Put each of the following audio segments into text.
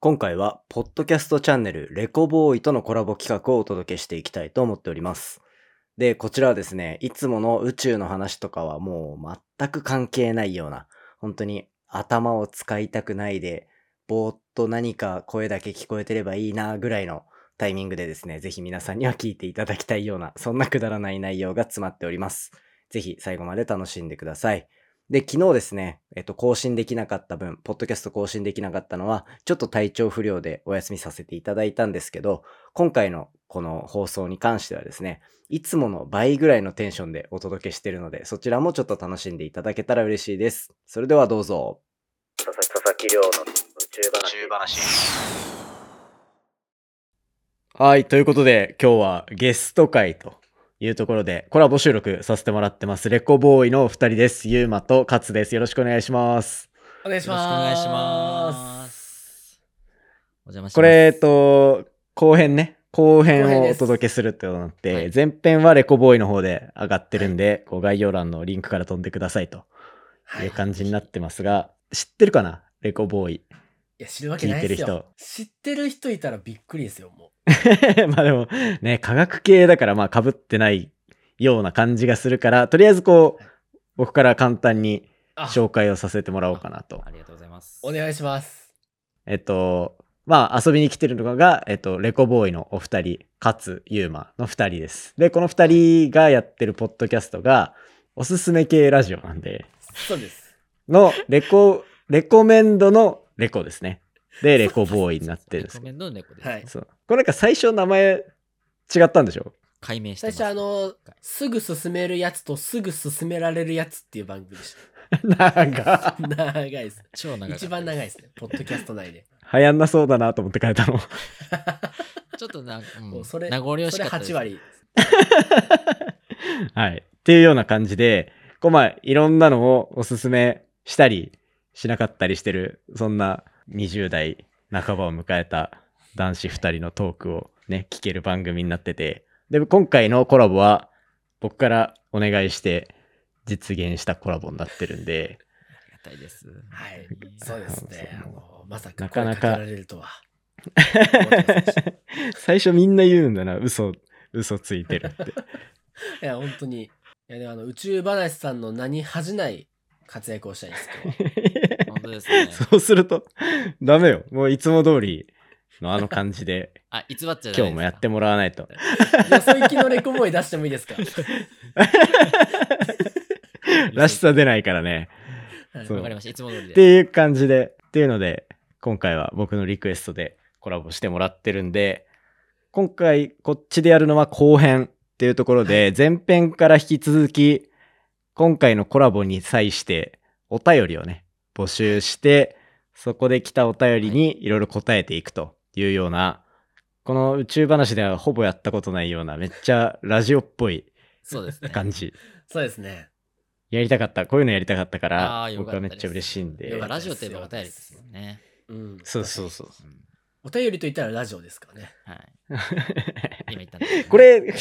今回は、ポッドキャストチャンネルレコボーイとのコラボ企画をお届けしていきたいと思っております。で、こちらはですね、いつもの宇宙の話とかはもう全く関係ないような、本当に頭を使いたくないで、ぼーっと何か声だけ聞こえてればいいなぐらいのタイミングでですね、ぜひ皆さんには聞いていただきたいような、そんなくだらない内容が詰まっております。ぜひ最後まで楽しんでください。で、昨日ですね、更新できなかった分、ポッドキャスト更新できなかったのは、ちょっと体調不良でお休みさせていただいたんですけど、今回のこの放送に関してはですね、いつもの倍ぐらいのテンションでお届けしているので、そちらもちょっと楽しんでいただけたら嬉しいです。それではどうぞ。佐々木亮の宇宙話。はい、ということで、今日はゲスト会というところでコラボ収録させてもらってます。レコボーイのお二人です。ゆうまとかつです。よろしくお願いします。 お願いします。 よろしくお願いします。お邪魔します。 これ、後編をお届けするってことになって、 はい、 前編はレコボーイの方で上がってるんで、こう概要欄のリンクから飛んでくださいという感じになってますが、知ってるかなレコボーイ。 いや、知るわけないですよ。知ってる人いたらびっくりですよ、もう。まあでも、ね、科学系だからまあ被ってないような感じがするから、とりあえずこう、僕から簡単に紹介をさせてもらおうかなと。 ありがとうございます。 お願いします。 まあ遊びに来てるのが、レコボーイのお二人、かつゆうまの二人です。で、この二人がやってるポッドキャストが、おすすめ系ラジオなんで、 そうです。 のレコメンドのレコですね。で、レコボーイになってるんです。 レコメンドのレコです。 はい。 そう。これなんか最初名前違ったんでしょ？ 解明してます。 最初すぐ進めるやつとすぐ進められるやつっていう番組でした。 長いです。 超長い。 一番長いですね。ポッドキャスト内で。 流行んなそうだなと思って変えたの。 ちょっとそれ名残惜しかったです。 それ8割。 はい。っていうような感じで、こうまあいろんなのをおすすめしたりしなかったりしてる、そんな20代半ばを迎えた男子2人のトークをね、聞ける番組になってて、で、今回のコラボは僕からお願いして実現したコラボになってるんで、 ありがたいです。 はい。そうですね。まさかなかなか声かけられるとは。 最初みんな言うんだな、嘘ついてるって。 いや、本当に。いや、でも宇宙話さんの名に恥じない活躍をしたいですけど。 本当ですね。 そうすると、ダメよ。もういつも通りのあの感じで、 偽っちゃダメですか？ 今日もやってもらわないと。 よそ行きのレコボーイ出してもいいですか？ らしさ出ないからね。 わかりました。いつも通りで。 っていう感じで、っていうので、今回は僕のリクエストでコラボしてもらってるんで、今回こっちでやるのは後編っていうところで、前編から引き続き、今回のコラボに際してお便りをね、募集して、そこで来たお便りにいろいろ答えていくというような、この宇宙話ではほぼやったことないような、めっちゃラジオっぽい感じ。 そうですね。 やりたかった。こういうのやりたかったから、僕はめっちゃ嬉しいんで。 ラジオといえばお便りですもんね。 そう。 お便りといったらラジオですからね。 はい。今言ったんですね。 これ、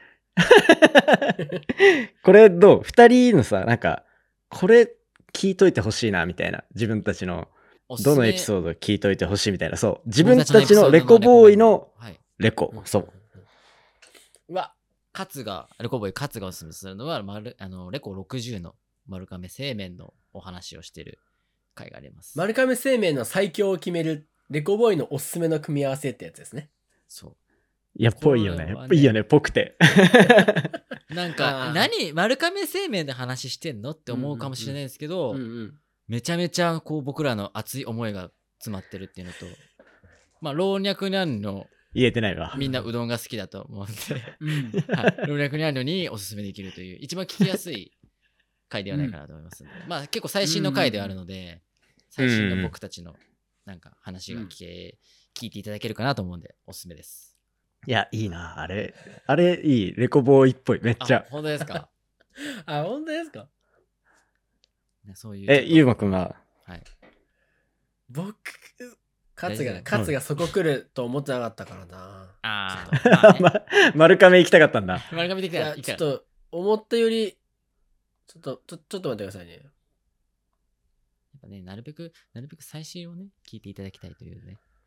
これどう？二人のさ、なんか、これ聞いといてほしいな、みたいな。自分たちの、どのエピソード聞いといてほしいみたいな。そう。自分たちのレコボーイのレコ。そう。 うわ。 レコボーイカツがおすすめするのは、レコ60の丸亀製麺のお話をしている回があります。 丸亀製麺の最強を決めるレコボーイのおすすめの組み合わせってやつですね。 そう。 いや、ぽいよね。いいよね、ぽくて。 なんか、丸亀製麺で話してんのって思うかもしれないですけど、めちゃめちゃこう僕らの熱い思いが詰まってるっていうのと、まあ、老若男女、 言えてないわ。 みんなうどんが好きだと思うんで、老若男女におすすめできるという、一番聞きやすい回ではないかなと思いますので、まあ結構最新の回ではあるので、最新の僕たちのなんか話が聞いていただけるかなと思うんで、おすすめです。 いや、いいな、あれいい、レコボーイっぽい、めっちゃ。 本当ですか？ 本当ですか？ そういう。 ゆうまくんは？ はい。僕、カツがそこ来ると思ってなかったからな。 丸亀行きたかったんだ。 丸亀できた。 ちょっと、思ったより、ちょっと待ってくださいね。 やっぱね、なるべく最新をね、聞いていただきたいというね、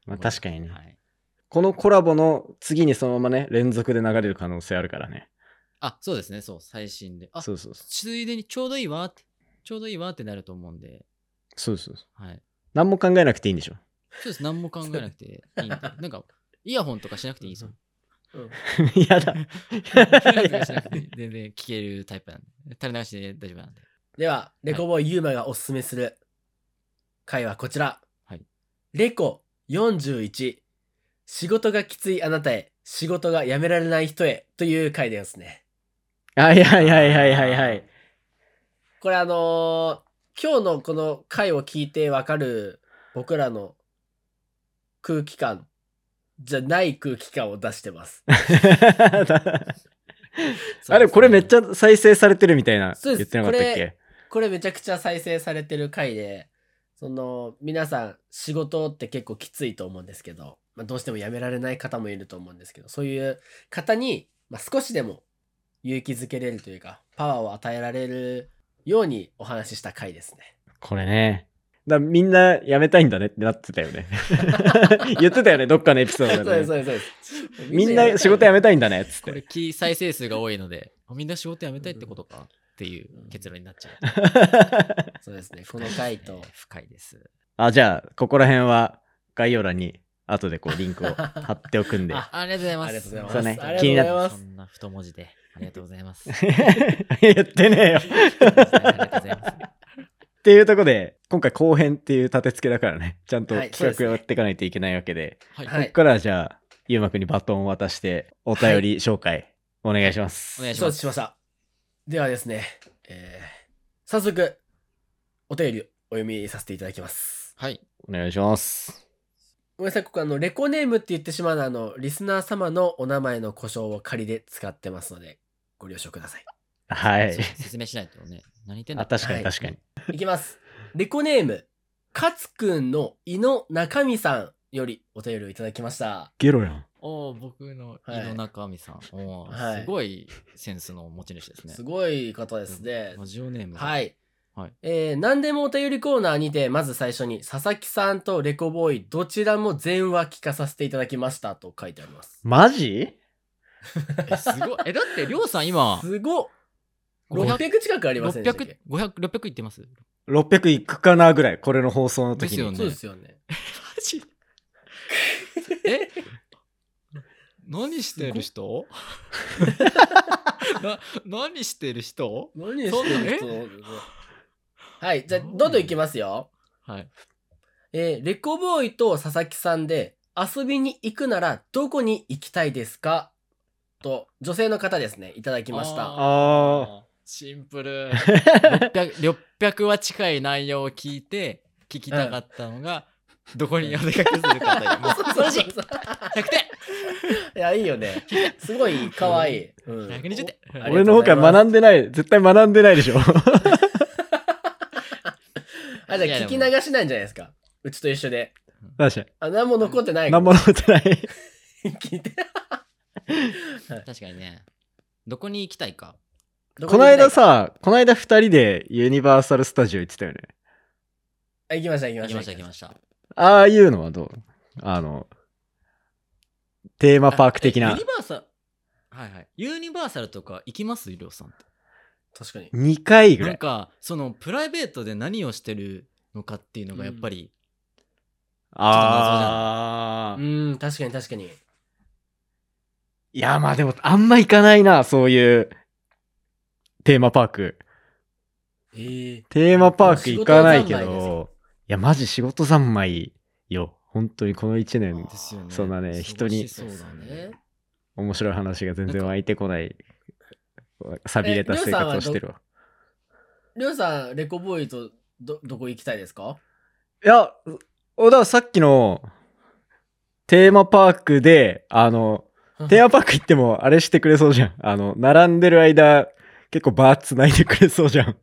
まあ確かにね。 はい、 このコラボの次にそのままね、連続で流れる可能性あるからね。 あ、そうですね、そう、最新で。あ、 そうそうそう。 ついでにちょうどいいわって、ちょうどいいわってなると思うんで。 そうそうそう。 はい。 何も考えなくていいんでしょ。 そうです、何も考えなくていいんで。なんか、イヤホンとかしなくていいですよ。 やだ。 全然聞けるタイプなんで。垂れ流しで大丈夫なんで。 では、レコボーイユーマがおすすめする回はこちら。 はい。 レコ41。仕事がきついあなたへ、仕事がやめられない人へという回ですね。 はいはいはいはいはいはい。 これ今日のこの回を聞いてわかる僕らの空気感じゃない空気感を出してます。 あれこれめっちゃ再生されてるみたいな言ってなかったっけ？ これめちゃくちゃ再生されてる回で、皆さん仕事って結構きついと思うんですけど、どうしてもやめられない方もいると思うんですけど、そういう方に、少しでも勇気づけれるというかパワーを与えられるようにお話しした回ですね。 これね。みんな辞めたいんだねってなってたよね。言ってたよね、どっかのエピソードで、ね。 そうです。 みんな仕事辞めたいんだねっつって。 これキー再生数が多いので、みんな仕事辞めたいってことかっていう結論になっちゃう。そうですね。この回と深いです。 じゃあここら辺は概要欄に後でリンクを貼っておくんで。 ありがとうございます。 ありがとうございます。 そうね、 気になってます。 そんな太文字でありがとうございます。 言ってねえよ。 ありがとうございます。 っていうところで今回後編っていう立て付けだからね、ちゃんと企画をやっていかないといけないわけで、ここからはじゃあゆうまくんにバトンを渡してお便り紹介お願いします。 お願いします。承知しました。ではですね、早速お便りをお読みさせていただきます。 はい、 お願いします。 ごめんなさい、ここレコネームって言ってしまうのはリスナー様のお名前の呼称を仮で使ってますのでご了承ください。 はい。 説明しないとね。何言ってんだ。 確かに確かに。 いきます。レコネーム、かつくんの胃の中身さんよりお便りをいただきました。 ゲロやん。 僕の胃の中身さん。すごいセンスの持ち主ですね。 すごい方ですね。 ラジオネーム。 はい。何でもお便りコーナーにてまず最初に佐々木さんとレコボーイどちらも全話聞かさせていただきましたと書いてあります。 マジ？ すごい。だってりょうさん今すごっ。600近くありませんでしたっけ ？600いってます？ 600いくかなぐらい、これの放送の時に。 そうですよね。 マジ？何してる人？何してる人？ はい、じゃあどんどんいきますよ。 はい。 レコボーイと佐々木さんで遊びに行くならどこに行きたいですかと女性の方ですね、いただきました。 シンプル。600は近い内容を聞いて聞きたかったのが、どこにお出かけするかという。もう100点。 いや、いいよね。すごい可愛い。 120点。 俺の方から学んでない。絶対学んでないでしょ。じゃあ聞き流しなんじゃないですか。うちと一緒で。 確かに。 何も残ってない。 何も残ってない。 聞いて。 確かにね。どこに行きたいか。 この間2人でユニバーサルスタジオ行ってたよね。 行きました。 ああいうのはどう？テーマパーク的な。 ユニバーサル、はいはい。ユニバーサルとか行きますりょうさんって。 確かに。 2回ぐらい。 なんか、プライベートで何をしてるのかっていうのがやっぱり、 確かに。 いや、まあでも、あんま行かないな、そういうテーマパーク。テーマパーク行かないけど、いや、マジ仕事三昧よ。本当にこの1年、そんなね、人に面白い話が全然湧いてこない、寂れた生活をしてるわ。 りょうさん、レコボーイとどこ行きたいですか？ いや、だからさっきのテーマパークで、テーマパーク行ってもあれしてくれそうじゃん。並んでる間、結構バーつないでくれそうじゃん。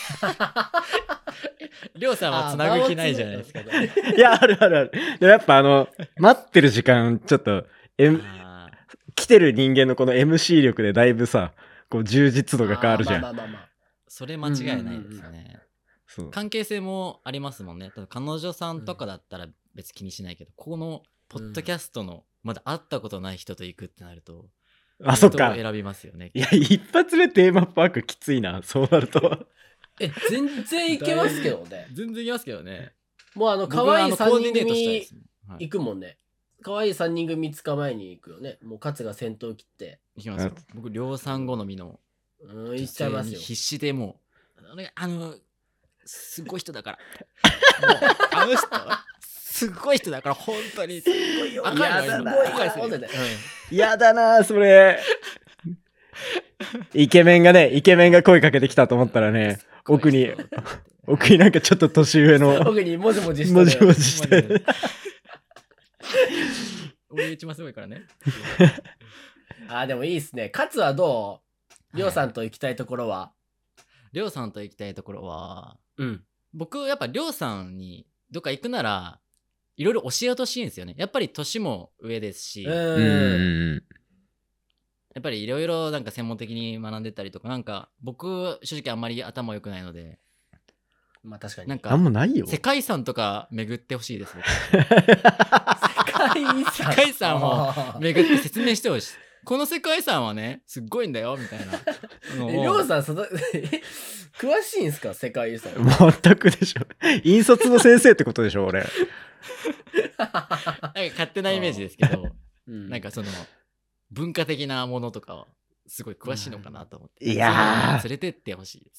りょうさんはつなぐ気ないじゃないですか。 いや、ある。でもやっぱ待ってる時間、ちょっと、来てる人間のこの MC 力でだいぶさ、こう充実度が変わるじゃん。 それ間違いないですね。関係性もありますもんね。彼女さんとかだったら別に気にしないけど、このポッドキャストのまだ会ったことない人と行くってなると、 あ、そっか。 人を選びますよね。 いや、一発目テーマパークきついな、そうなると。 全然いけますけどね。 全然いきますけどね。 もう可僕は愛い3 コーディ人組ネートしたいですね。はい、 行くもんね。可愛い3人組捕まえに行くよね。もう勝が先頭切って。 行きますよ。僕、量産好みの行っちゃいますよ。 必死でもう、すごい人だから。もう、あの人、すごい人だから、本当に。すごいよ。 いやだなやだな、それ。イケメンが声かけてきたと思ったらね、奥になんかちょっと年上の。 奥にもじもじして。 もじもじして。 俺一番すごいからね。 でもいいっすね。勝はどう？りょうさんと行きたいところは？ りょうさんと行きたいところは、 うん。僕やっぱりょうさんにどっか行くなら、いろいろ教えようとしいんですよね。やっぱり年も上ですし、やっぱりいろいろなんか専門的に学んでたりとか、なんか僕正直あんまり頭良くないので、 まあ確かに。 なんかなんもないよ。 世界遺産とか巡ってほしいです。 世界遺産を巡って説明してほしい。この世界遺産はね、すっごいんだよみたいな。 りょうさん詳しいんすか、世界遺産？ 全くでしょ。引率の先生ってことでしょ、俺。 なんか勝手なイメージですけど、なんかその文化的なものとかはすごい詳しいのかなと思って、 いや連れてってほしいです。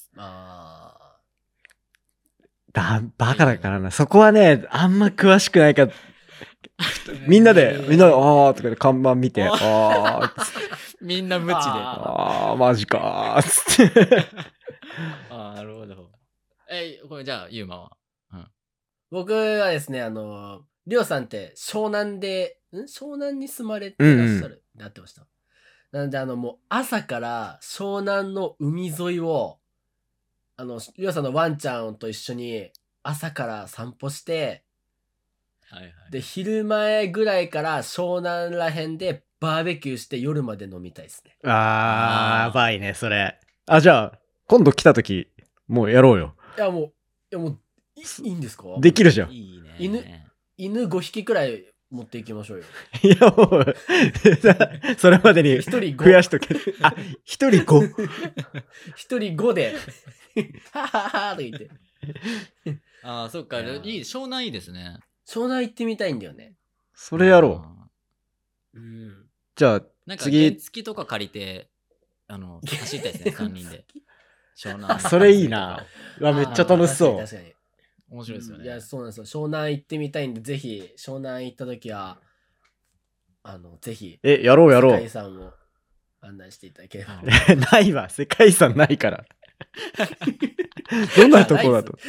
バカだからな。そこはね、あんま詳しくないから。みんなで、あーとかで看板見て、 みんな無知で。 マジかーつって。 なるほど。これじゃあ、ゆうまは？ 僕はですね、りょうさんって湘南に住まれてらっしゃるってなってました。なんでもう朝から湘南の海沿いを、りょうさんのワンちゃんと一緒に朝から散歩して、で、昼前ぐらいから湘南らへんでバーベキューして夜まで飲みたいですね。 やばいね、それ。じゃあ、今度来た時、もうやろうよ。 いや、もう、いいんですか？ できるじゃん。 いいね。 犬5匹くらい持っていきましょうよ。 いや、もう、それまでに増やしとけ。一人 5？ 一人5で、はははと言って。 そっか、湘南いいですね。 湘南行ってみたいんだよね。 それやろう。 じゃあ、 なんか原付とか借りて、走りたいですね、3人で。湘南。 それいいな。めっちゃ楽しそう。 確かに。 面白いですよね。 いや、そうなんですよ。湘南行ってみたいんで、ぜひ、湘南行った時は、ぜひ、 やろう。 世界遺産を案内していただければ。 ないわ。世界遺産ないから。どんなとこだと。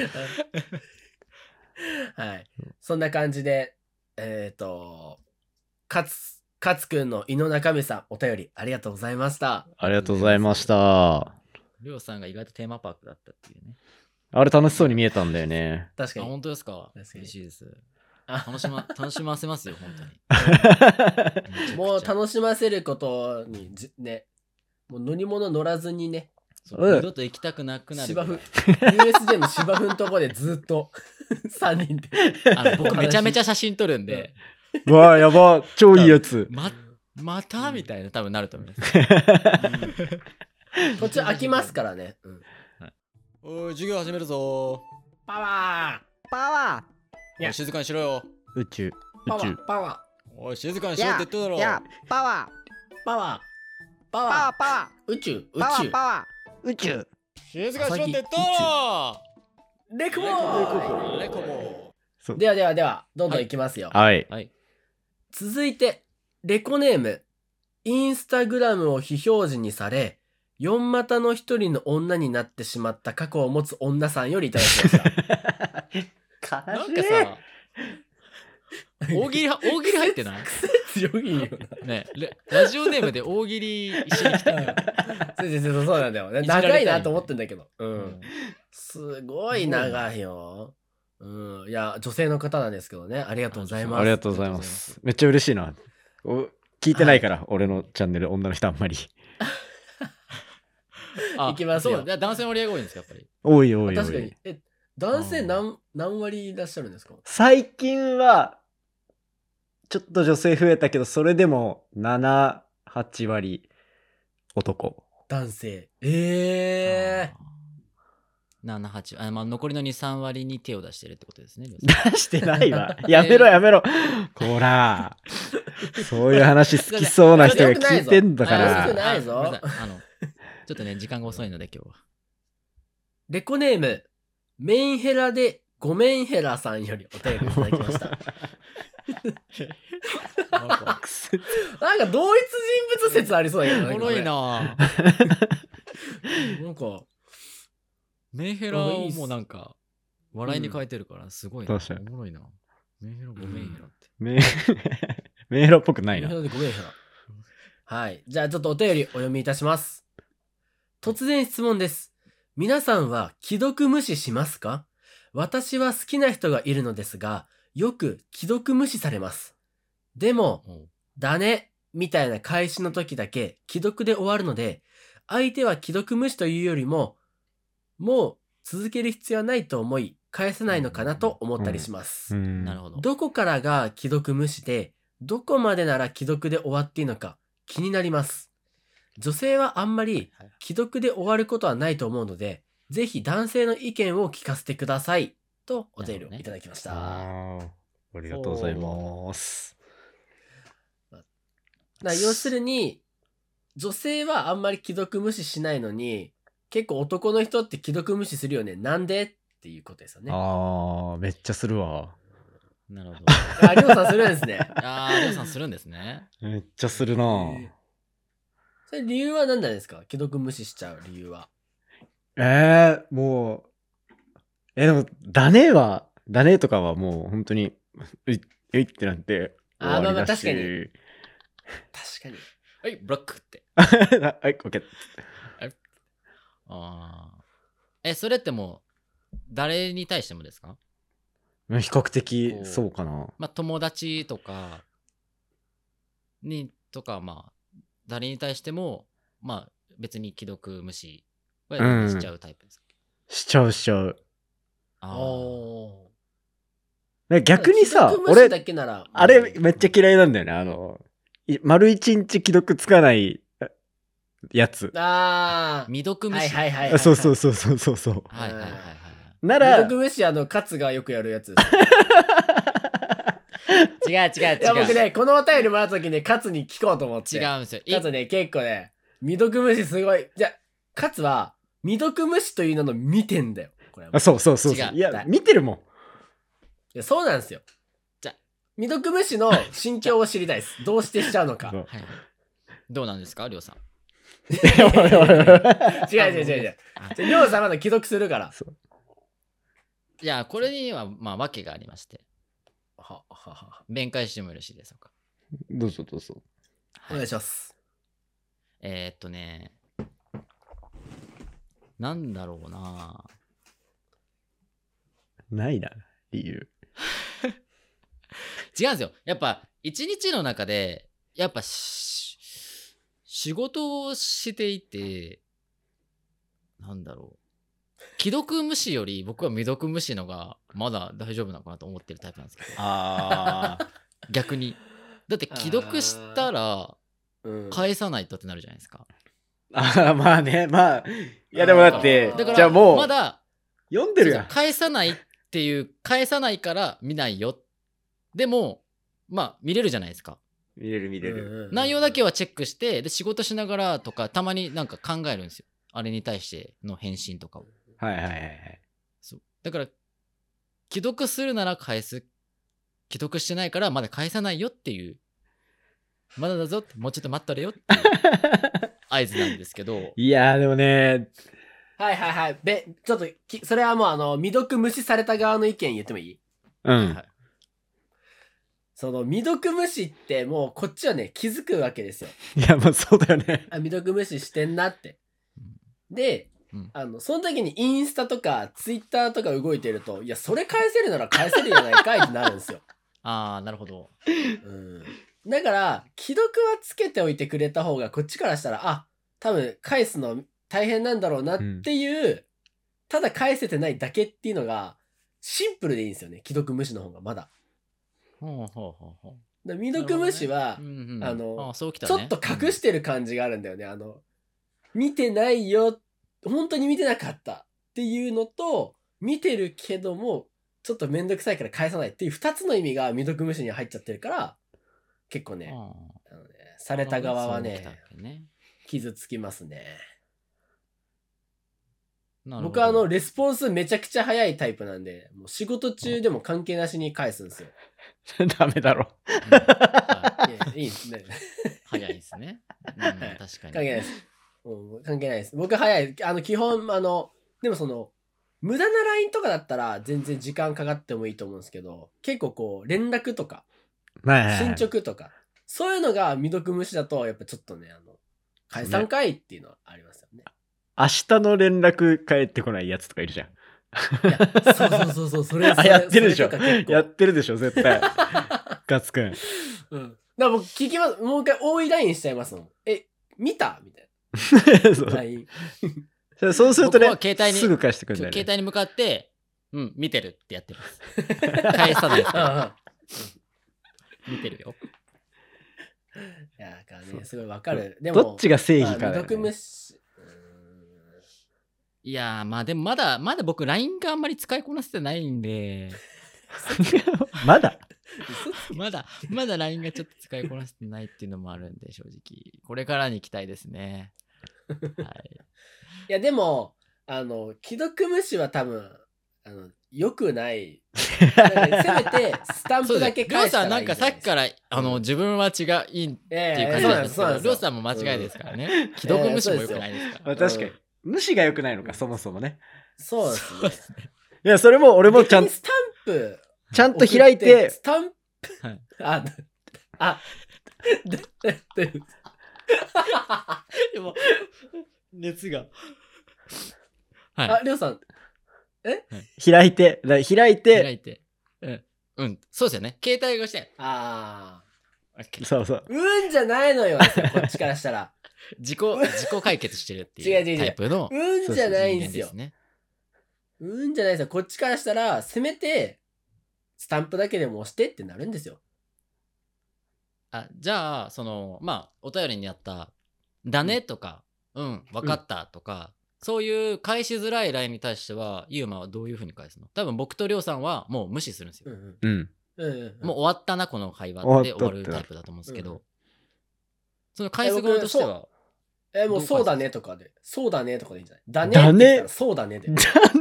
はい。そんな感じで、勝くんの井の中身さん、お便りありがとうございました。 ありがとうございました。 りょうさんが意外とテーマパークだったっていうね。 あれ楽しそうに見えたんだよね。 確かに。 本当ですか？嬉しいです。楽しませますよ、本当に。もう楽しませることにね、もう乗り物乗らずにね、 二度と行きたくなくなる。 USJ の芝生のとこでずっと3人で。 僕めちゃめちゃ写真撮るんで。 わあ、やば、超いいやつ。 またみたいな多分なると思います。 途中飽きますからね。 おい、授業始めるぞ。 パワー。 おい、静かにしろよ。 宇宙。 パワー。おい、静かにしろって言ってただろ。 パワー。宇宙。 静かにしろって言っただろ。 レコボー。では、どんどんいきますよ。 はい。 続いて、レコネーム、インスタグラムを非表示にされ、4股の一人の女になってしまった過去を持つ女さんよりいただきました。 なんかさ、大喜利入ってない？ 強いよね。ラジオネームで大喜利一緒に来てるよ。 そうなんだよ。長いなと思ってんだけど。すごい長いよ。いや、女性の方なんですけどね。ありがとうございます。 ありがとうございます。めっちゃ嬉しいな。聞いてないから、俺のチャンネル、女の人あんまり。 いきますよ。 男性の割合が多いんですか、やっぱり。 多い。 確かに。 男性何割いらっしゃるんですか？ 最近は、ちょっと女性増えたけど、それでも7、8割男。 男性。ええ 7、8、まあ、残りの2、3割に手を出してるってことですね。 出してないわ。やめろやめろ。こら。そういう話好きそうな人が聞いてんだかよくら。 ないぞごめんなさいちょっとね、時間が遅いので今日は。 レコネーム、メンヘラでごめんヘラさんよりお便りいただきました。なんか同一人物説ありそうだけどおもろいな。 なんか、 メンヘラをもうなんか、笑いに変えてるからすごいな。 確かにおもろいな。メンヘラごめんヘラって。 メンヘラっぽくないなメンヘ。ラでごめんヘラ。はい。じゃあちょっとお便りお読みいたします。突然質問です。皆さんは既読無視しますか？私は好きな人がいるのですが、よく既読無視されます。でも、だね、みたいな返しの時だけ既読で終わるので、相手は既読無視というよりも、もう続ける必要はないと思い、返せないのかなと思ったりします。 なるほど。 どこからが既読無視で、どこまでなら既読で終わっていいのか気になります。女性はあんまり既読で終わることはないと思うので、ぜひ男性の意見を聞かせてくださいとお便りをいただきました。 ありがとうございます。 要するに、女性はあんまり既読無視しないのに、結構男の人って既読無視するよね。なんでっていうことですよね。 めっちゃするわ。 なるほど。 りょうさんするんですね。 りょうさんするんですね。 めっちゃするな。 それ理由は何なんですか？既読無視しちゃう理由は。 もう、でも、ダネとかはもう本当に、ういってなって終わりだし。 確かに。確かに。 はい、ブロックって。 はい、オッケー。それってもう、誰に対してもですか？ 比較的そうかな。 まあ、友達とかまあ、誰に対しても、まあ、別に既読無視はしちゃうタイプですか？ しちゃう。逆にさ、 俺、 あれめっちゃ嫌いなんだよね。丸一日既読つかないやつ。 未読無視。 そう。 はい。 なら、 未読無視カツがよくやるやつです。 違う。 いや、僕ね、このお便りもらった時ね、カツに聞こうと思って。 違うんですよ。 カツね、結構ね、未読無視すごい。じゃカツは、未読無視というの見てんだよ。これそう。いや、見てるもん。 いや、そうなんですよ。じゃ未読無視の心境を知りたいです。どうしてしちゃうのか。 はい、どうなんですか、りょうさん。 違う。りょうさんまだ既読するから。 いや、これには、まあ、訳がありまして。弁解してもよろしいでしょうか。 どうぞ。 お願いします。 なんだろうな。 ないな、理由。 違うんですよ。やっぱ、一日の中で、やっぱ仕事をしていて、なんだろう。既読無視より僕は未読無視のがまだ大丈夫なのかなと思ってるタイプなんですけど。逆に。だって既読したら返さないとってなるじゃないですか。 まあね、まあ。いやでもだって、じゃあもう、 まだ読んでるやん。 返さないから見ないよ。でも、まあ見れるじゃないですか。 見れる。 内容だけはチェックして、で仕事しながらとかたまになんか考えるんですよ。あれに対しての返信とかを。 はい。 そう。だから、既読するなら返す。既読してないからまだ返さないよっていう。まだだぞって、もうちょっと待ったれよっていう合図なんですけど。 いやーでもね。 はい。ちょっと、それはもう未読無視された側の意見言ってもいい？その未読無視ってもうこっちはね気づくわけですよ。 いやまあそうだよね。 未読無視してんなって。で、その時にインスタとかツイッターとか動いてると、いやそれ返せるなら返せるじゃないかいってなるんですよ。 なるほど。 だから既読はつけておいてくれた方がこっちからしたら多分返すの大変なんだろうなっていうただ返せてないだけっていうのがシンプルでいいんですよね。既読無視の方がまだ。 ほうほうほうほう。 だから未読無視は、 うんうん、そうきたちょね、 っと隠してる感じがあるんだよね。見てないよ、本当に見てなかったっていうのと、見てるけども、ちょっとめんどくさいから返さないっていう2つの意味が未読無視に入っちゃってるから、結構ね、された側はね、傷つきますね。僕はレスポンスめちゃくちゃ早いタイプなんで、もう仕事中でも関係なしに返すんですよ。 ダメだろ。 いいですね。 早いですね。確かに。 関係ないです。関係ないです。僕早い。基本、でも無駄な LINE とかだったら全然時間かかってもいいと思うんですけど、結構こう、連絡とか、進捗とか、そういうのが未読無視だと、やっぱちょっとね、解散会っていうのはありますよね。 明日の連絡返ってこないやつとかいるじゃん。 いや、そう、それやってるでしょ。 それやってるでしょ、絶対。ガツくん。 うん。だから僕聞きます。もう一回多い LINE しちゃいますもん。見たみたいな。LINE。 そうするとね、 携帯にすぐ返してくるんだよね。 携帯に向かって、見てるってやってます。返さないですから見てるよ。 いや、だからね、すごいわかる。でも、 どっちが正義かだよね。 未読無視。 いやー、まあでもまだ僕 LINE があんまり使いこなせてないんでまだまだ LINE がちょっと使いこなせてないっていうのもあるんで、正直これからに期待ですね。はい。 いやでも既読無視は多分良くない。せめてスタンプだけ返したらいいんじゃないですか。 りょうさんなんかさっきから自分は違いっていう感じなんですけど、りょうさんも間違いですからね。既読無視も良くないですから。 確かに。無視が良くないのか、そもそもね。 そうですね。 いや、それも俺もちゃんとスタンプちゃんと開いて、 スタンプでも熱がりょうさん開いてそうですよね。携帯越してそうじゃないのよこっちからしたら自己解決してるっていうタイプのじゃないんですよ。じゃないですよ。こっちからしたらせめてスタンプだけでも押してってなるんですよ。 じゃあお便りにあった「だね」とか「分かった」とか、そういう返しづらい LINE に対してはユーマはどういう風に返すの？多分僕とりょうさんはもう無視するんですよ。もう終わったなこの会話って終わるタイプだと思うんですけど、その返す側としてはもうそうだねとかでそうだねとかでいいんじゃない？だねそうだねで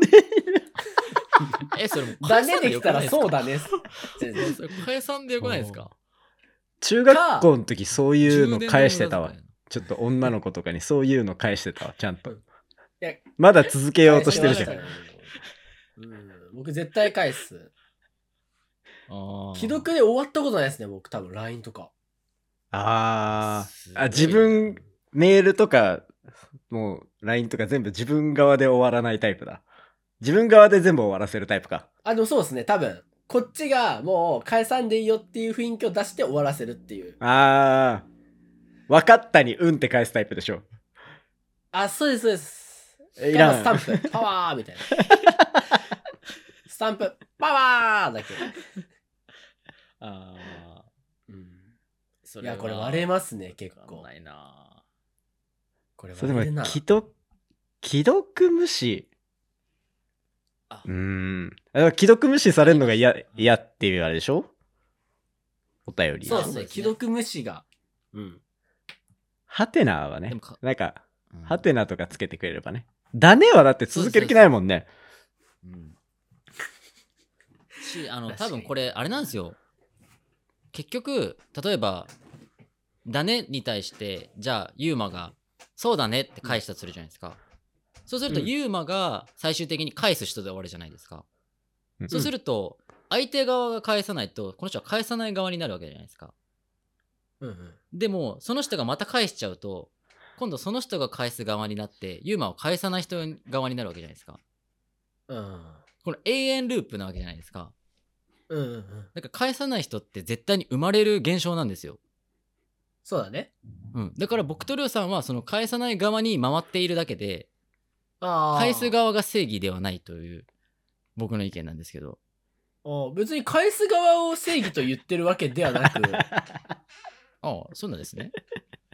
それもだねできたらそうだね返さんでよくないですか？ 中学校の時そういうの返してたわ。ちょっと女の子とかにそういうの返してたわ、ちゃんと。まだ続けようとしてるじゃん。 僕絶対返す。既読で終わったことないですね、僕多分 LINE とか。 自分メールとかもう LINE とか全部自分側で終わらないタイプだ。自分側で全部終わらせるタイプか。 でもそうですね、多分こっちがもう返さんでいいよっていう雰囲気を出して終わらせるっていう。 分かったにって返すタイプでしょ。 そうですそうです。 いらん。 スタンプパワーみたいな。スタンプパワーだけ。いやこれ割れますね結構。 ないな。 これ割れるな。 既読無視。既読無視されるのが嫌っていうあれでしょ？お便り。 そうですね。既読無視が。 ハテナはね、なんかハテナとかつけてくれればね。だねはだって続ける気ないもんね。 多分これあれなんですよ。結局例えばだねに対してじゃあユーマがそうだねって返したとするじゃないですか。そうするとユーマが最終的に返す人で終わるじゃないですか。そうすると相手側が返さないとこの人は返さない側になるわけじゃないですか。でもその人がまた返しちゃうと今度その人が返す側になってユーマを返さない人側になるわけじゃないですか。この永遠ループなわけじゃないですか。だから返さない人って絶対に生まれる現象なんですよ。 そうだね。 だから僕とりょうさんはその返さない側に回っているだけで返す側が正義ではないという僕の意見なんですけど。 別に返す側を正義と言ってるわけではなく、 そうなんですね。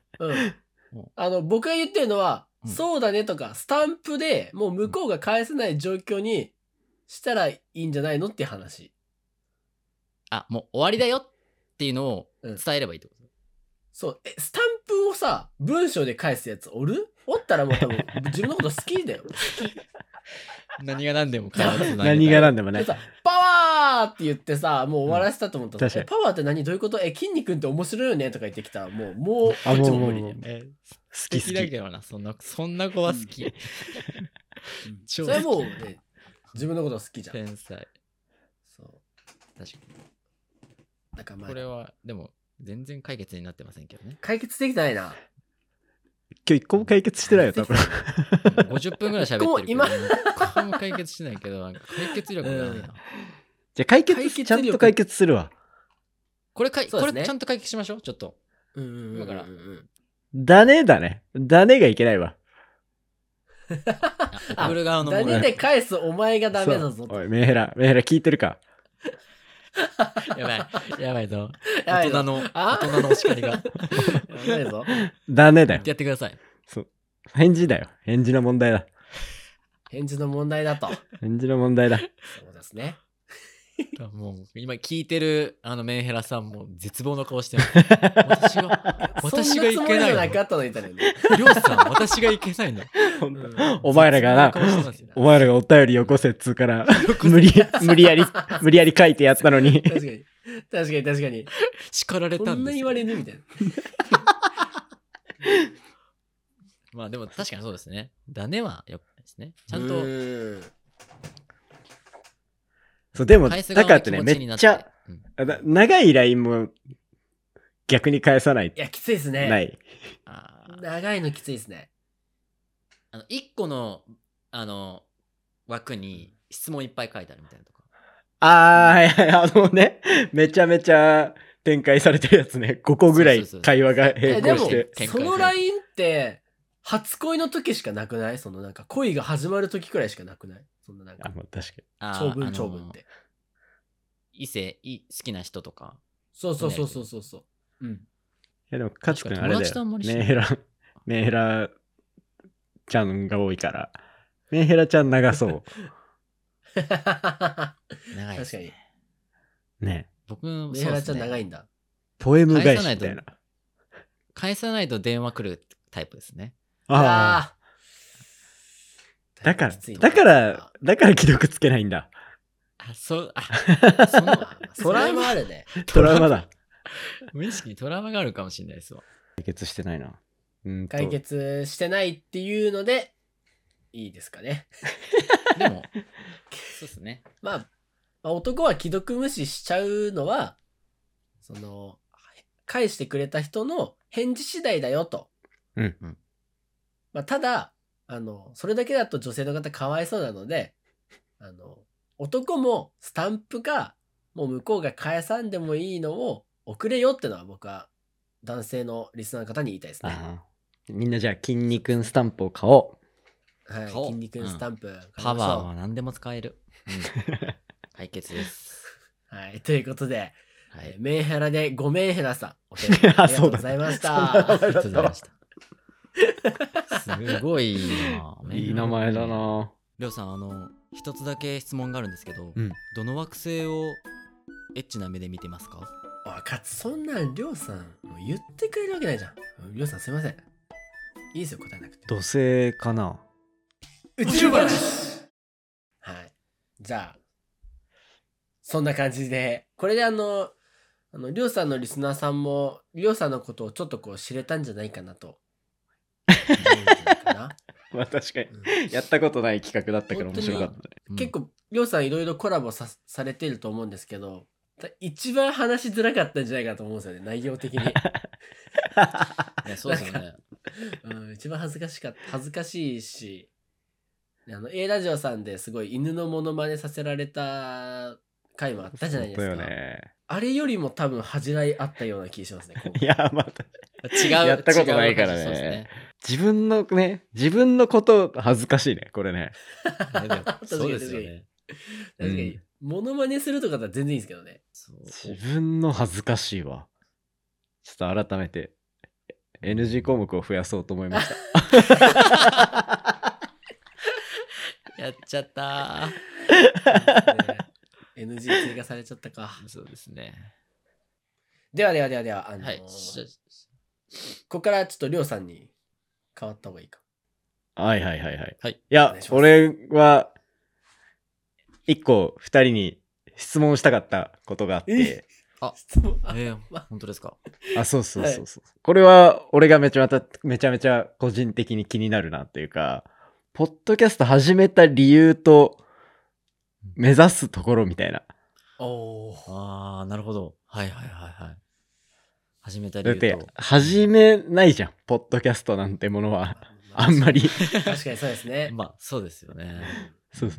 僕が言ってるのは、 そうだねとか、スタンプでもう向こうが返せない状況にしたらいいんじゃないのっていう話。 もう終わりだよっていうのを伝えればいいってこと、 そう。スタンプをさ、文章で返すやつおったらもう多分自分のこと好きだよ。 何が何でも変わらず何が何でもね。 パワーって言ってさ、もう終わらせたと思ったら、パワーって何どういうこと筋肉って面白いよねとか言ってきたら、もうこっちも無理で。 好きだけどな、そんな子は好き。 それはもうね、自分のこと好きじゃん。 天才。 そう。 確かに。 だからこれは、でも、全然解決になってませんけどね。 解決できてないな。 今日一個も解決してないよ、多分。 50分ぐらい喋ってるけど、 今一個も解決してないけど、解決力がないな。 じゃあちゃんと解決するわ。 これちゃんと解決しましょう、ちょっと。 だから。 だねがいけないわ。 送る側のだねで返すお前がダメだぞ。 おい、メンヘラ聞いてるか。 やばいぞ。大人のお叱りが。やばいぞ。 だねだよ。 やってください。 そう。返事だよ。返事の問題だ。 返事の問題だと。 返事の問題だ。 そうですね。 もう今聞いてるメンヘラさんも絶望の顔してます。私がいけないの。 なかったのにりょうさん、私がいけないの。 お前らがお便りよこせっつうから無理やり書いてやったのに。 確かに。 叱られたんです。 こんな言われるみたいな。 まあでも確かにそうですね。だねはよくないですね。ちゃんと。 そう、でも、だからってね、めっちゃ、長い LINE も逆に返さない。いや、きついですね。 ない。 長いのきついですね。 1個の、枠に質問いっぱい書いてあるみたいなとか。 ね、めちゃめちゃ展開されてるやつね。5個ぐらい会話が並行して。 でも、その LINE って、初恋の時しかなくない？そのなんか恋が始まる時くらいしかなくない？そんななんか。 確かに。 長文って。 好きな人とか。 そう。 いやでも、かつくんあれだよ。メンヘラちゃんが多いから。メンヘラちゃん長そう。 長いですね。確かに。 ね。 僕、 メンヘラちゃん長いんだ。 ポエム返しみたいな。 返さないと電話来るタイプですね。 だから既読つけないんだ。 トラウマあるね。 トラウマだ。 無意識にトラウマがあるかもしれないですわ。 解決してないな。 解決してないっていうので、いいですかね。 でも、そうですね。 まあ、男は既読無視しちゃうのは、返してくれた人の返事次第だよと。ただ、それだけだと女性の方かわいそうなので、男もスタンプか、もう向こうが返さんでもいいのを送れよってのは僕は男性のリスナーの方に言いたいですね。 みんなじゃあ筋肉スタンプを買おう。はい、筋肉スタンプ、 パワーは何でも使える。解決です。 はい、ということで、メンヘラでごメンヘラさん、お手紙ありがとうございました。 ありがとうございました。すごいな。 いい名前だな。 りょうさん、一つだけ質問があるんですけど、どの惑星をエッチな目で見てますか？ そんなんりょうさん言ってくれるわけないじゃん。りょうさんすいません。いいですよ、答えなくて。 土星かな。 宇宙話。はい。じゃあそんな感じで、これでりょうさんのリスナーさんもりょうさんのことをちょっと知れたんじゃないかなと。 まあ確かに、やったことない企画だったから面白かったね。 結構りょうさんいろいろコラボ されてると思うんですけど、一番話しづらかったんじゃないかと思うんですよね、内容的に。 そうですよね。 一番恥ずかしいし、A ラジオさんですごい犬のモノマネさせられた回もあったじゃないですか。 あれよりも多分恥じらいあったような気がしますね。今回いや、また、 違う。 やったことないからね違う話そうですね。 自分のこと恥ずかしいね、これね。 でもそうですよね。 確かに、モノマネするとかだったら全然いいんですけどね。 そう自分の恥ずかしいわ。ちょっと改めて NG 項目を増やそうと思いました。 やっちゃった NG 追加されちゃったか。 そうですね。 では、 はい。 ここからちょっとりょうさんに変わった方がいいか。 はい。 はい。 いやお願いします俺は一個二人に質問したかったことがあって質問本当ですか。 あそう、これは俺がめちゃめちゃ個人的に気になるなっていうか、ポッドキャスト始めた理由と目指すところみたいな。 おーああ、なるほど。はい。始めた理だって由と。 始めないじゃん、ポッドキャストなんてものはあんまり確かにそうですね。 まあ、そうですよね。 そう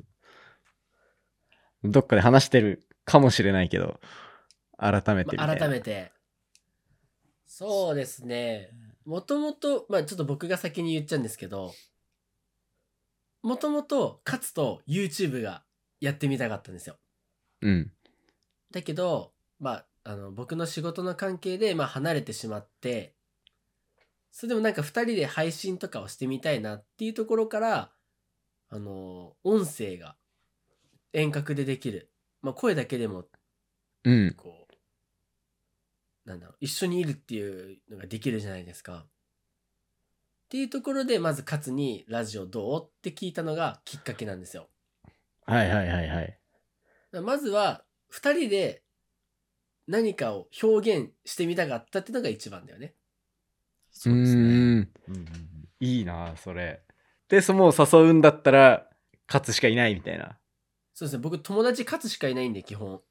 どっかで話してるかもしれないけど、改めてみたいな。 改めて。そうですね。もともと、ちょっと僕が先に言っちゃうんですけど、もともと勝と YouTube がやってみたかったんですよ。 うん。 だけど、僕の仕事の関係で、離れてしまって、それでもなんか2人で配信とかをしてみたいなっていうところから、音声が遠隔でできる。声だけでも、 うん。 こう、一緒にいるっていうのができるじゃないですか。っていうところで、まず勝にラジオどうって聞いたのがきっかけなんですよ。 はい。 まずは、2人で何かを表現してみたかったっていうのが一番だよね。 そうですね。 うんいいなそれ。で、もう誘うんだったら、勝つしかいないみたいな。 そうですね。僕友達勝しかいないんで基本。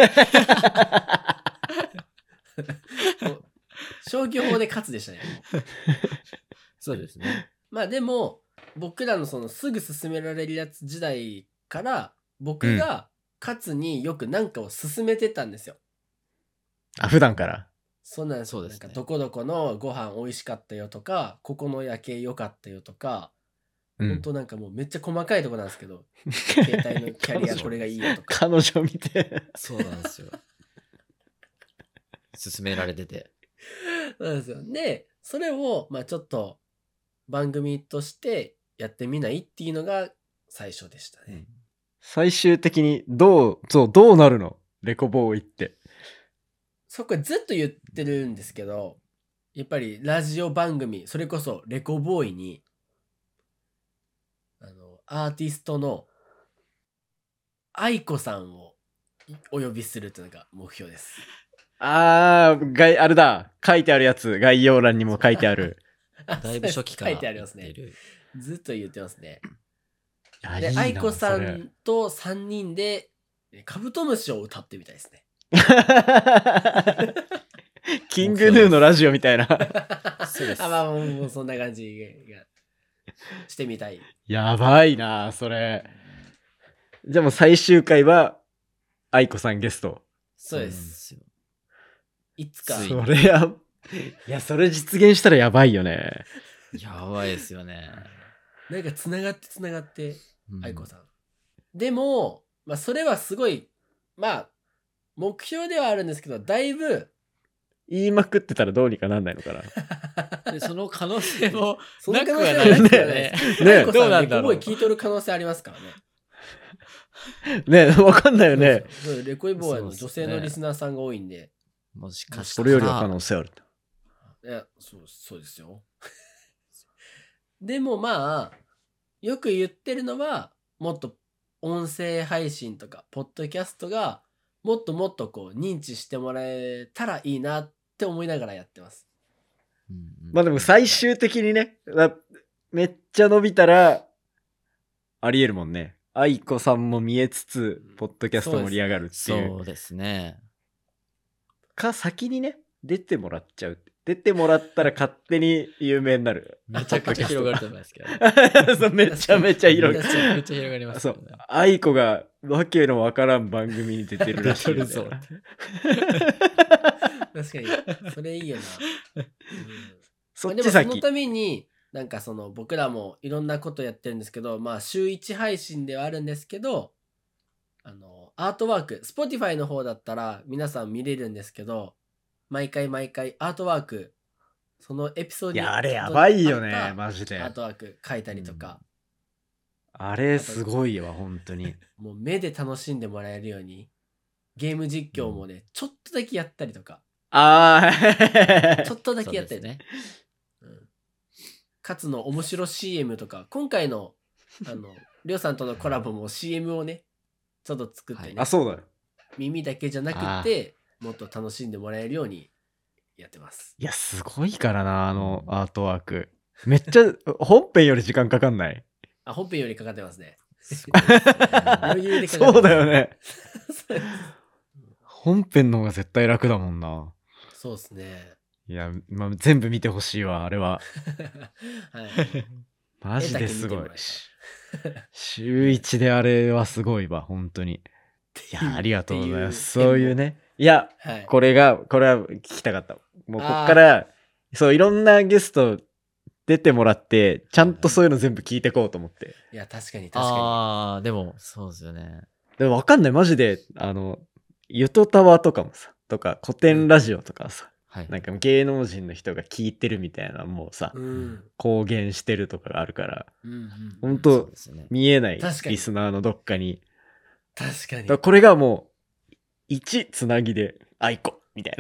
消去法で勝でしたね。 そうですね。 でも僕らのそのすぐ進められるやつ時代から僕が勝によく何かを進めてたんですよ。 あ、普段から。 そうなんですよ。 そうですねなんかどこどこのご飯美味しかったよとか、ここの夜景良かったよとか、本当なんかもうめっちゃ細かいとこなんですけど、携帯のキャリアこれがいいよとか。 彼女見て。 そうなんですよ。勧められてて。 そうなんですよ。で、それをちょっと番組としてやってみないっていうのが最初でしたね。 最終的にどうなるのレコボーイって。 そこずっと言ってるんですけど、やっぱりラジオ番組、それこそレコボーイにアーティストの愛子さんをお呼びするっていうのが目標です。 あれだ。書いてあるやつ。概要欄にも書いてある。 だいぶ初期から書いてありますね。ずっと言ってますね。で、 いいな愛子さんと3人でカブトムシを歌ってみたいですね。 キングヌーのラジオみたいな。 そうです。 もうそんな感じがしてみたい。 やばいなそれ。じゃあもう最終回は愛子さんゲスト。 そうです。いつか。 それいやそれ実現したらやばいよね。 やばいですよね。 なんかつながって愛子さん。でもそれはすごい目標ではあるんですけど、だいぶ言いまくってたらどうにかなんないのかな。 でその可能性もそのなくは可能性はないんだよね。 愛子どさうんなんだろうレコボーイ聞いとる可能性ありますからね。 ねわかんないよね。 そうレコボーイの女性のリスナーさんが多いんで。 もしかしたら。 それよりは可能性ある。 いや、そうですよ。でもよく言ってるのは、もっと音声配信とか、ポッドキャストが、もっとこう、認知してもらえたらいいなって思いながらやってます。 まあでも最終的にね、めっちゃ伸びたら、ありえるもんね。愛子さんも見えつつ、ポッドキャスト盛り上がるっていう。 そうですね。 か、先にね、出てもらっちゃう。 出てもらったら勝手に有名になる。 めちゃくちゃ広がると思いますけど。 そうめちゃめちゃ広がる。 めっちゃ広がりますそうよね。 愛子がわけのわからん番組に出てるらしい、ね。 出てるぞ確かに。それいいよな。 そっでち先。 もそのために、なんかその僕らもいろんなことやってるんですけど、まあ週1配信ではあるんですけど、アートワーク、Spotify の方だったら皆さん見れるんですけど、毎回毎回アートワーク、そのエピソードにいや、あれやばいよね、 あったマジでアー。トワーク書いたりとか、 あれすごいわ、本当に。 もう目で楽しんでもらえるように、ゲーム実況もね、ちょっとだけやったりとか、 ああ、 ちょっとだけやったりそうですね。 かつの面白 CM とか、今回のりょうさんとのコラボも CM をねちょっと作ってね、 あ、そうだよ。 耳だけじゃなくてもっと楽しんでもらえるようにやってます。 いや、すごいからな、あのアートワーク。めっちゃ、本編より時間かかんない？ あ、本編よりかかってますね。 すごいですね余裕でかかってます。 そうだよね。 そう本編の方が絶対楽だもんな。 そうですね。 いや、まあ、全部見てほしいわ、あれは。 はい。 マジですごい絵だけ見てもらえた。 週一であれはすごいわ、本当に。いや、ありがとうございます。 っていうそういうね。いや、 はい。 これは聞きたかった。もうこっから、そう、いろんなゲスト出てもらって、ちゃんとそういうの全部聞いてこうと思って。 いや、確かに確かああ、でも、そうですよね。 でもわかんない、マジで、ゆとたわとかもさ、とか、古典ラジオとかさ、 はい。 なんか芸能人の人が聞いてるみたいな、もうさ、 に。うん。 公言してるとかがあるから、 うんうん。 本当そうですね。 見えない確かにリスナーのどっかに。 確かに。 だからこれがもう、1つなぎで、あいこみたい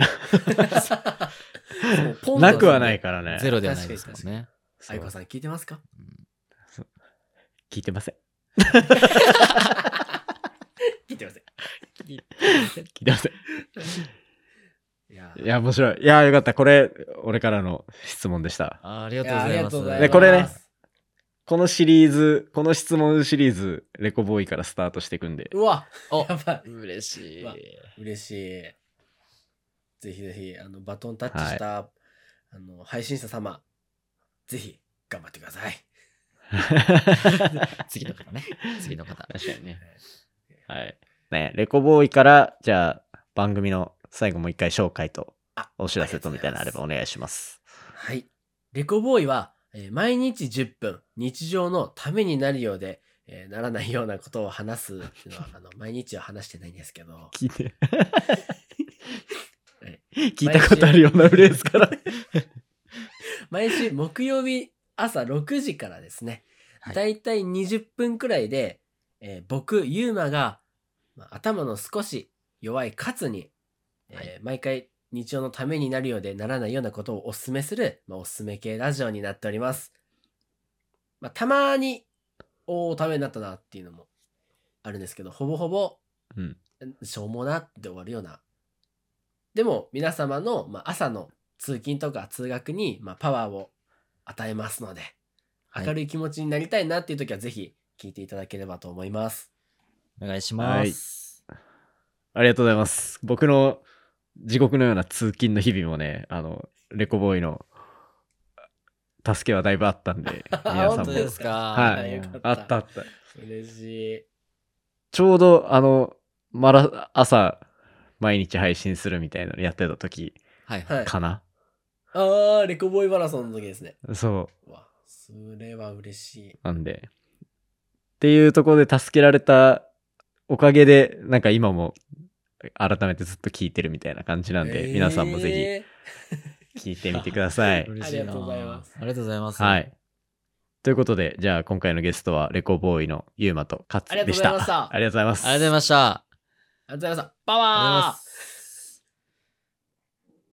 そうポンとな。なくはないからね。 ゼロではないですもんね。 愛子さん聞いてますか？ 聞いてません。 聞いてません。 聞いてません。 いやいや、面白い。いや、よかった。これ、俺からの質問でした。 ありがとうございます。 ありがとうございます。 でこれねこのシリーズ、この質問シリーズ、レコボーイからスタートしていくんで。 うわ、 おやばい。 嬉しい。 わ嬉しい。ぜひぜひ、バトンタッチした、配信者様、ぜひ、頑張ってください。 次の方ね。次の方。 確かにね。はい。ね、レコボーイから、じゃあ、番組の最後もう一回紹介とお知らせとみたいなのあればお願いします。 はい。レコボーイは、毎日10分、日常のためになるようで、ならないようなことを話すっていうのは、毎日は話してないんですけど、 聞いて。聞いたことあるようなフレーズから。 毎週木曜日朝6時からですね、 はいだいたい20分くらいで、僕、ゆうまが、頭の少し弱いカツに、毎回日常のためになるようでならないようなことをおすすめする、おすすめ系ラジオになっております。たまに、ためになったなっていうのもあるんですけど、ほぼほぼ、 うん。 しょうもなって終わるような。でも、皆様の、朝の通勤とか通学に、パワーを与えますので、 はい明るい気持ちになりたいなっていう時は、ぜひ聞いていただければと思います。 お願いします。 ありがとうございます。僕の地獄のような通勤の日々もね、レコボーイの助けはだいぶあったんで、皆さんも本当ですか。 はいよかったあったあった。 嬉しい。 ちょうど朝毎日配信するみたいなのやってた時はい。 はい。 かな。 レコボーイマラソンの時ですね。 そうわ、それは嬉しい。 なんでっていうところで助けられたおかげでなんか今も改めてずっと聞いてるみたいな感じなんで、皆さんもぜひ聞いてみてください。 嬉しいな。 ありがとうございますありがとうございます。 はい。ということで、じゃあ今回のゲストはレコボーイのゆうまとカツでした。 ありがとうございましたありがとうございます。 ありがとうございました。 ありがとうございました。パワー。